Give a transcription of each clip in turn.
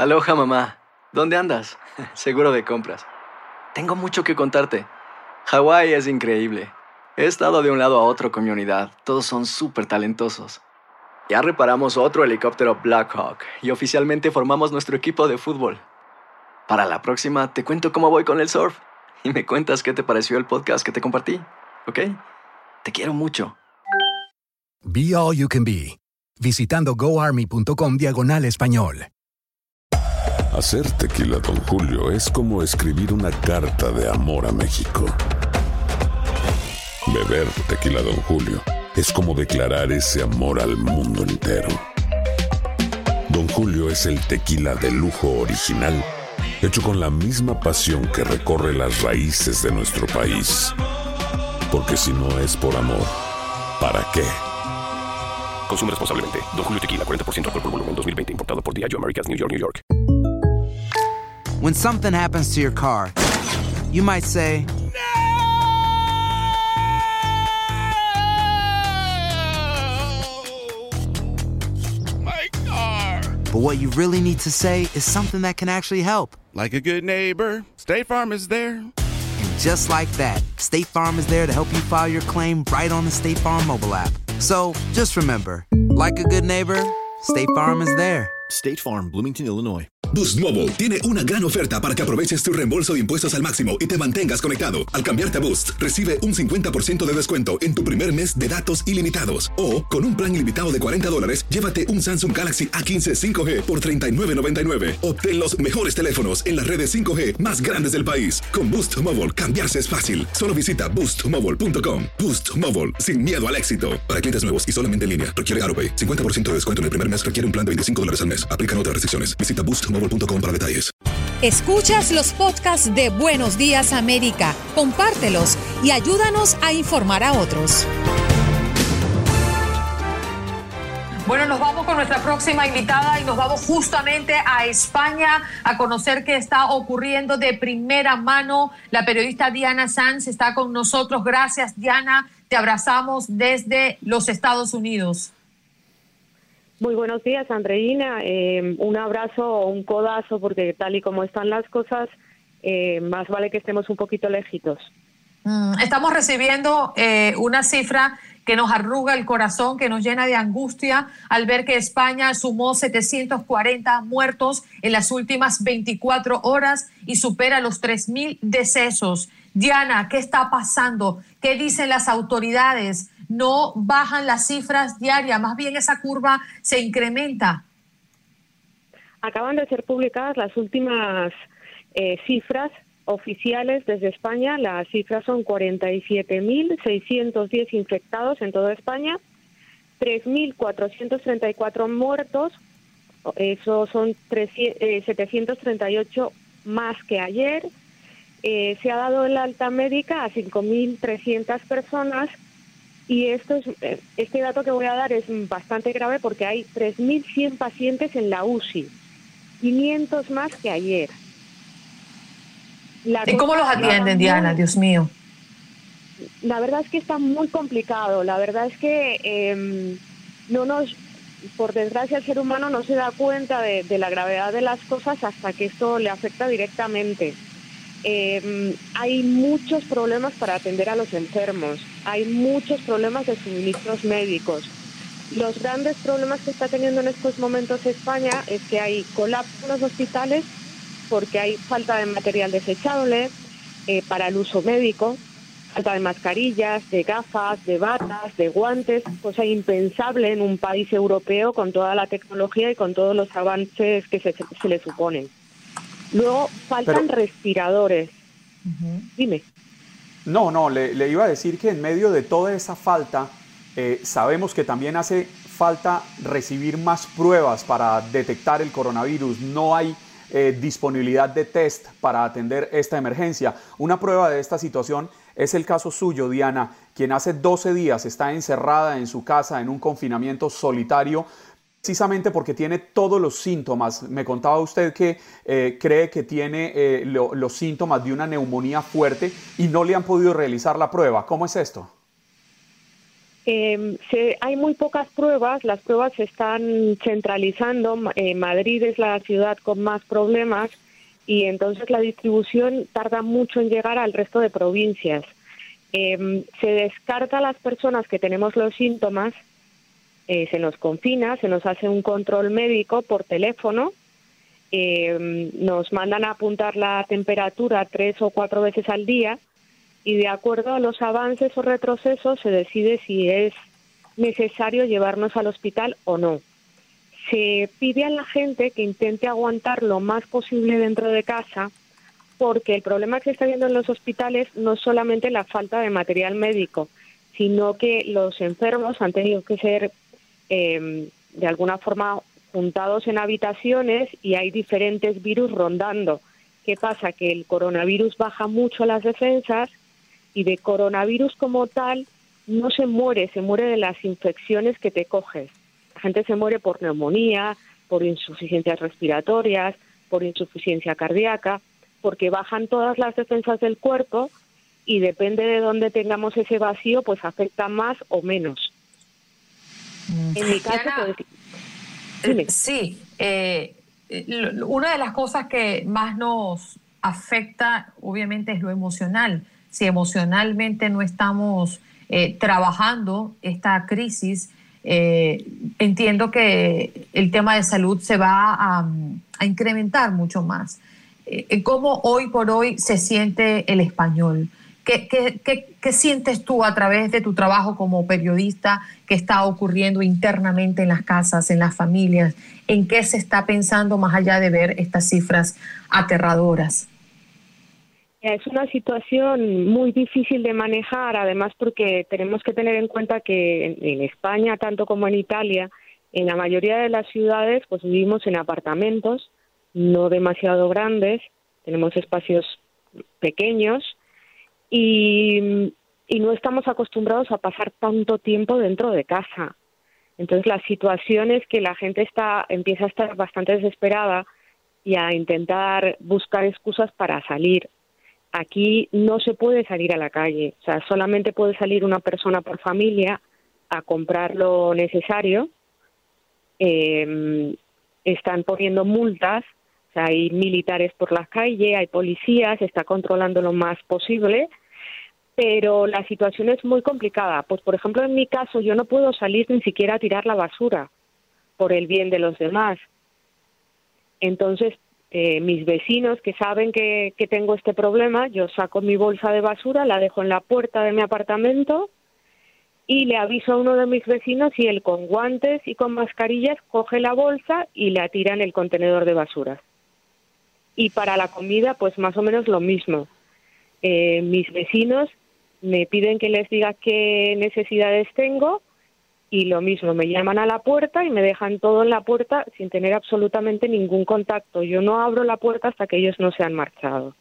Aloha, mamá. ¿Dónde andas? Seguro de compras. Tengo mucho que contarte. Hawái es increíble. He estado de un lado a otro con mi unidad. Todos son súper talentosos. Ya reparamos otro helicóptero Blackhawk y oficialmente formamos nuestro equipo de fútbol. Para la próxima te cuento cómo voy con el surf y me cuentas qué te pareció el podcast que te compartí, ¿ok? Te quiero mucho. Be All You Can Be, visitando goarmy.com/español. Hacer tequila Don Julio es como escribir una carta de amor a México. Beber tequila Don Julio es como declarar ese amor al mundo entero. Don Julio es el tequila de lujo original, hecho con la misma pasión que recorre las raíces de nuestro país. Porque si no es por amor, ¿para qué? Consume responsablemente. Don Julio Tequila, 40% alcohol por volumen, 2020. Importado por Diageo Americas, New York, New York. When something happens to your car, you might say, My car! but what you really need to say is something that can actually help. Like a good neighbor, State Farm is there. And just like that, State Farm is there to help you file your claim right on the State Farm mobile app. So just remember, like a good neighbor, State Farm is there. State Farm, Bloomington, Illinois. Boost Mobile tiene una gran oferta para que aproveches tu reembolso de impuestos al máximo y te mantengas conectado. Al cambiarte a Boost, recibe un 50% de descuento en tu primer mes de datos ilimitados. O, con un plan ilimitado de $40, llévate un Samsung Galaxy A15 5G por $39.99. Obtén los mejores teléfonos en las redes 5G más grandes del país. Con Boost Mobile, cambiarse es fácil. Solo visita boostmobile.com. Boost Mobile, sin miedo al éxito. Para clientes nuevos y solamente en línea, requiere AroPay. 50% de descuento en el primer mes requiere un plan de $25 al mes. Aplican otras restricciones. Visita boostmobile.com para detalles. Escuchas los podcasts de Buenos Días América, compártelos y ayúdanos a informar a otros. Bueno, nos vamos con nuestra próxima invitada y nos vamos justamente a España a conocer qué está ocurriendo de primera mano. La periodista Diana Sanz está con nosotros. Gracias, Diana. Te abrazamos desde los Estados Unidos. Muy buenos días, Andreina. Un abrazo o un codazo, porque tal y como están las cosas, más vale que estemos un poquito lejitos. Estamos recibiendo una cifra que nos arruga el corazón, que nos llena de angustia al ver que España sumó 740 muertos en las últimas 24 horas y supera los 3.000 decesos. Diana, ¿qué está pasando? ¿Qué dicen las autoridades? No bajan las cifras diarias, más bien esa curva se incrementa. Acaban de ser publicadas las últimas cifras oficiales desde España. Las cifras son 47.610 infectados en toda España, 3.434 muertos, eso son 738 más que ayer. Se ha dado el alta médica a 5.300 personas. Y este dato que voy a dar es bastante grave porque hay 3.100 pacientes en la UCI, 500 más que ayer. ¿Y cómo los atienden, Diana? Dios mío. La verdad es que está muy complicado. La verdad es que por desgracia, el ser humano no se da cuenta de la gravedad de las cosas hasta que esto le afecta directamente. Hay muchos problemas para atender a los enfermos, hay muchos problemas de suministros médicos. Los grandes problemas que está teniendo en estos momentos España es que hay colapso en los hospitales porque hay falta de material desechable para el uso médico, falta de mascarillas, de gafas, de batas, de guantes, cosa impensable en un país europeo con toda la tecnología y con todos los avances que se le suponen. Luego faltan respiradores. Dime. No, le iba a decir que en medio de toda esa falta, sabemos que también hace falta recibir más pruebas para detectar el coronavirus. No hay disponibilidad de test para atender esta emergencia. Una prueba de esta situación es el caso suyo, Diana, quien hace 12 días está encerrada en su casa en un confinamiento solitario, precisamente porque tiene todos los síntomas. Me contaba usted que cree que tiene los síntomas de una neumonía fuerte y no le han podido realizar la prueba. ¿Cómo es esto? Hay muy pocas pruebas, las pruebas se están centralizando. Madrid es la ciudad con más problemas y entonces la distribución tarda mucho en llegar al resto de provincias. Se descarta a las personas que tenemos los síntomas, se nos confina, se nos hace un control médico por teléfono, nos mandan a apuntar la temperatura 3 o 4 veces al día y de acuerdo a los avances o retrocesos se decide si es necesario llevarnos al hospital o no. Se pide a la gente que intente aguantar lo más posible dentro de casa, porque el problema que se está viendo en los hospitales no es solamente la falta de material médico, sino que los enfermos han tenido que ser de alguna forma juntados en habitaciones y hay diferentes virus rondando. ¿Qué pasa? Que el coronavirus baja mucho las defensas y de coronavirus como tal no se muere de las infecciones que te coges. La gente se muere por neumonía, por insuficiencias respiratorias, por insuficiencia cardíaca, porque bajan todas las defensas del cuerpo y depende de dónde tengamos ese vacío, pues afecta más o menos. En mi caso, sí, una de las cosas que más nos afecta, obviamente, es lo emocional. Si emocionalmente no estamos trabajando esta crisis, entiendo que el tema de salud se va a incrementar mucho más. ¿Cómo hoy por hoy se siente el español? ¿Qué sientes tú a través de tu trabajo como periodista que está ocurriendo internamente en las casas, en las familias? ¿En qué se está pensando más allá de ver estas cifras aterradoras? Es una situación muy difícil de manejar, además porque tenemos que tener en cuenta que en España, tanto como en Italia, en la mayoría de las ciudades pues vivimos en apartamentos, no demasiado grandes, tenemos espacios pequeños y no estamos acostumbrados a pasar tanto tiempo dentro de casa. Entonces la situación es que la gente empieza a estar bastante desesperada y a intentar buscar excusas para salir. Aquí no se puede salir a la calle, o sea, solamente puede salir una persona por familia a comprar lo necesario. Están poniendo multas, o sea, hay militares por la calle, hay policías, se está controlando lo más posible, pero la situación es muy complicada. Pues, por ejemplo, en mi caso, yo no puedo salir ni siquiera a tirar la basura por el bien de los demás. Entonces, mis vecinos que saben que tengo este problema, yo saco mi bolsa de basura, la dejo en la puerta de mi apartamento y le aviso a uno de mis vecinos y él con guantes y con mascarillas coge la bolsa y la tira en el contenedor de basura. Y para la comida, pues más o menos lo mismo. Mis vecinos me piden que les diga qué necesidades tengo y lo mismo, me llaman a la puerta y me dejan todo en la puerta sin tener absolutamente ningún contacto. Yo no abro la puerta hasta que ellos no se han marchado.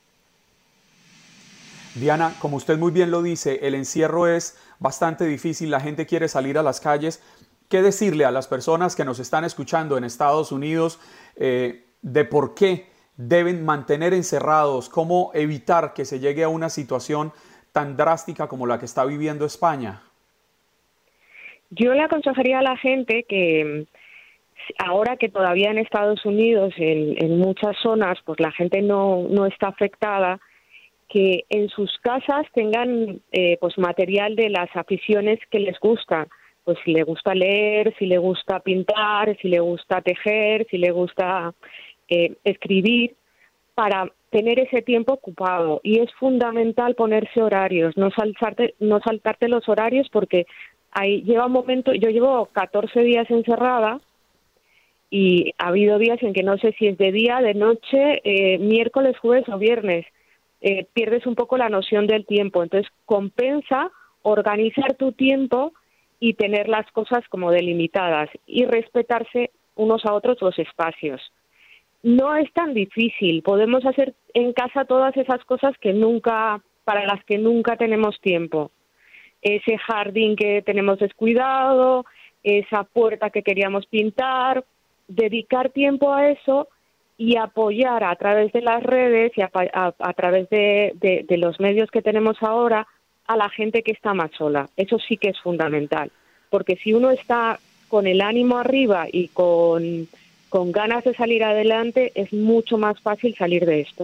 Diana, como usted muy bien lo dice, el encierro es bastante difícil, la gente quiere salir a las calles. ¿Qué decirle a las personas que nos están escuchando en Estados Unidos de por qué deben mantener encerrados? ¿Cómo evitar que se llegue a una situación tan drástica como la que está viviendo España? Yo le aconsejaría a la gente que ahora que todavía en Estados Unidos, en muchas zonas, pues la gente no está afectada, que en sus casas tengan pues material de las aficiones que les gusta. Pues si le gusta leer, si le gusta pintar, si le gusta tejer, si le gusta escribir, para tener ese tiempo ocupado. Y es fundamental ponerse horarios, no saltarte los horarios porque lleva un momento, yo llevo 14 días encerrada y ha habido días en que no sé si es de día, de noche, miércoles, jueves o viernes. Pierdes un poco la noción del tiempo. Entonces compensa organizar tu tiempo y tener las cosas como delimitadas y respetarse unos a otros los espacios. No es tan difícil, podemos hacer en casa todas esas cosas para las que nunca tenemos tiempo. Ese jardín que tenemos descuidado, esa puerta que queríamos pintar, dedicar tiempo a eso y apoyar a través de las redes y a través de los medios que tenemos ahora a la gente que está más sola. Eso sí que es fundamental, porque si uno está con el ánimo arriba y con ganas de salir adelante, es mucho más fácil salir de esto.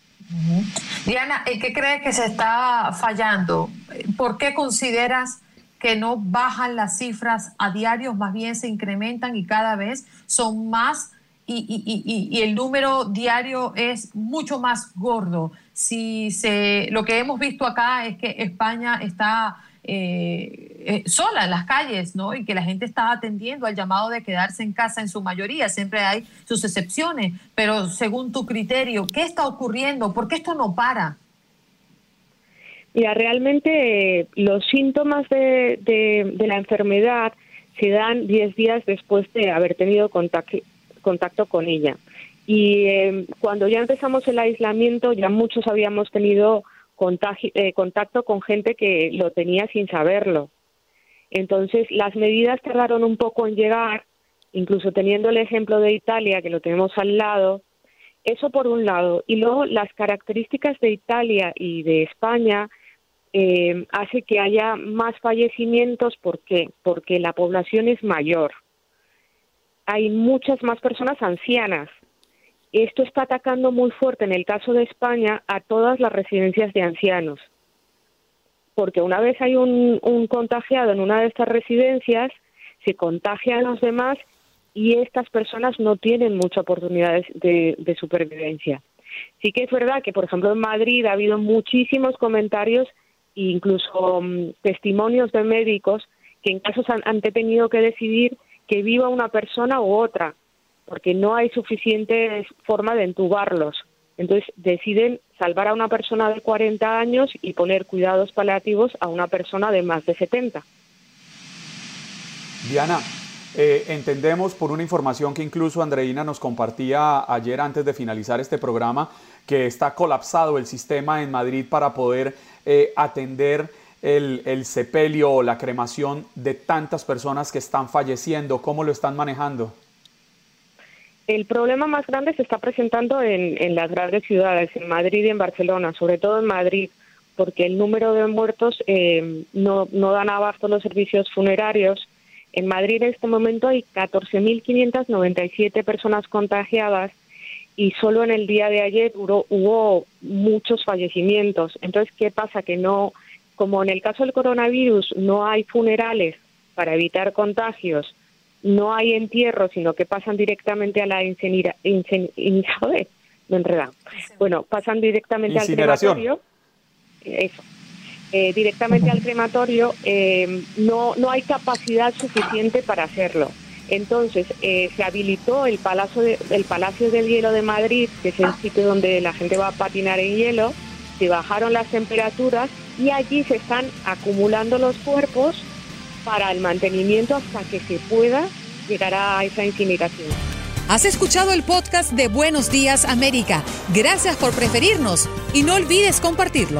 Diana, ¿en qué crees que se está fallando? ¿Por qué consideras que no bajan las cifras a diario, más bien se incrementan y cada vez son más y el número diario es mucho más gordo? Lo que hemos visto acá es que España está sola en las calles, ¿no? Y que la gente está atendiendo al llamado de quedarse en casa en su mayoría. Siempre hay sus excepciones, pero según tu criterio, ¿qué está ocurriendo? ¿Por qué esto no para? Mira, realmente los síntomas de la enfermedad se dan 10 días después de haber tenido contacto con ella. Y cuando ya empezamos el aislamiento, ya muchos habíamos tenido contacto con gente que lo tenía sin saberlo. Entonces, las medidas tardaron un poco en llegar, incluso teniendo el ejemplo de Italia, que lo tenemos al lado. Eso por un lado. Y luego, las características de Italia y de España hace que haya más fallecimientos. ¿Por qué? Porque la población es mayor. Hay muchas más personas ancianas. Esto está atacando muy fuerte, en el caso de España, a todas las residencias de ancianos. Porque una vez hay un contagiado en una de estas residencias, se contagia a los demás y estas personas no tienen muchas oportunidades de supervivencia. Sí que es verdad que, por ejemplo, en Madrid ha habido muchísimos comentarios e incluso testimonios de médicos que en casos han tenido que decidir que viva una persona u otra, porque no hay suficiente forma de entubarlos. Entonces deciden salvar a una persona de 40 años y poner cuidados paliativos a una persona de más de 70. Diana, entendemos por una información que incluso Andreina nos compartía ayer antes de finalizar este programa, que está colapsado el sistema en Madrid para poder atender el sepelio o la cremación de tantas personas que están falleciendo. ¿Cómo lo están manejando? El problema más grande se está presentando en las grandes ciudades, en Madrid y en Barcelona, sobre todo en Madrid, porque el número de muertos no dan abasto los servicios funerarios. En Madrid en este momento hay 14.597 personas contagiadas y solo en el día de ayer hubo muchos fallecimientos. Entonces, ¿qué pasa? Que no, como en el caso del coronavirus no hay funerales para evitar contagios, no hay entierro, sino que pasan directamente a la pasan directamente al crematorio. Eso. Directamente al crematorio, no hay capacidad suficiente para hacerlo. Entonces, se habilitó el Palacio del Hielo de Madrid, que es el sitio donde la gente va a patinar en hielo. Se bajaron las temperaturas y allí se están acumulando los cuerpos para el mantenimiento hasta que se pueda llegar a esa incineración. Has escuchado el podcast de Buenos Días América. Gracias por preferirnos y no olvides compartirlo.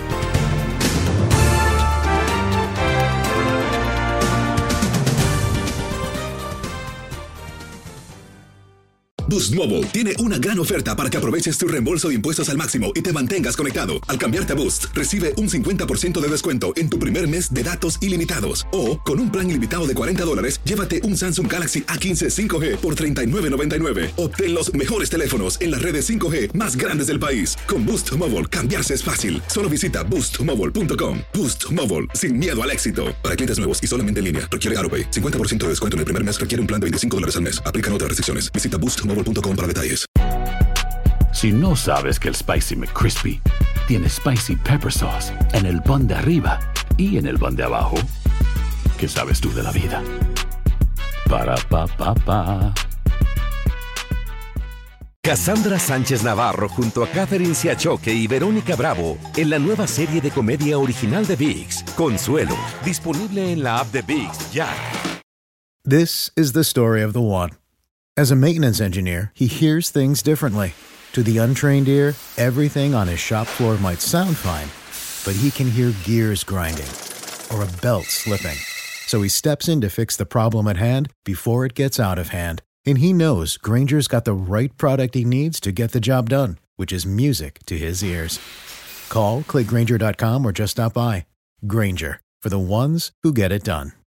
Boost Mobile tiene una gran oferta para que aproveches tu reembolso de impuestos al máximo y te mantengas conectado. Al cambiarte a Boost, recibe un 50% de descuento en tu primer mes de datos ilimitados. O, con un plan ilimitado de $40, llévate un Samsung Galaxy A15 5G por $39.99. Obtén los mejores teléfonos en las redes 5G más grandes del país. Con Boost Mobile, cambiarse es fácil. Solo visita boostmobile.com. Boost Mobile, sin miedo al éxito. Para clientes nuevos y solamente en línea, requiere AutoPay. 50% de descuento en el primer mes requiere un plan de $25 al mes. Aplican otras restricciones. Visita boostmobile.com para detalles. Si no sabes que el Spicy McCrispy tiene Spicy Pepper Sauce en el pan de arriba y en el pan de abajo, ¿qué sabes tú de la vida? Para, pa, pa, pa. Cassandra Sánchez Navarro junto a Catherine Siachoque y Verónica Bravo en la nueva serie de comedia original de ViX, Consuelo, disponible en la app de ViX ya. This is the story of the one. As a maintenance engineer, he hears things differently. To the untrained ear, everything on his shop floor might sound fine, but he can hear gears grinding or a belt slipping. So he steps in to fix the problem at hand before it gets out of hand. And he knows Grainger's got the right product he needs to get the job done, which is music to his ears. Call, click Grainger.com, or just stop by. Grainger, for the ones who get it done.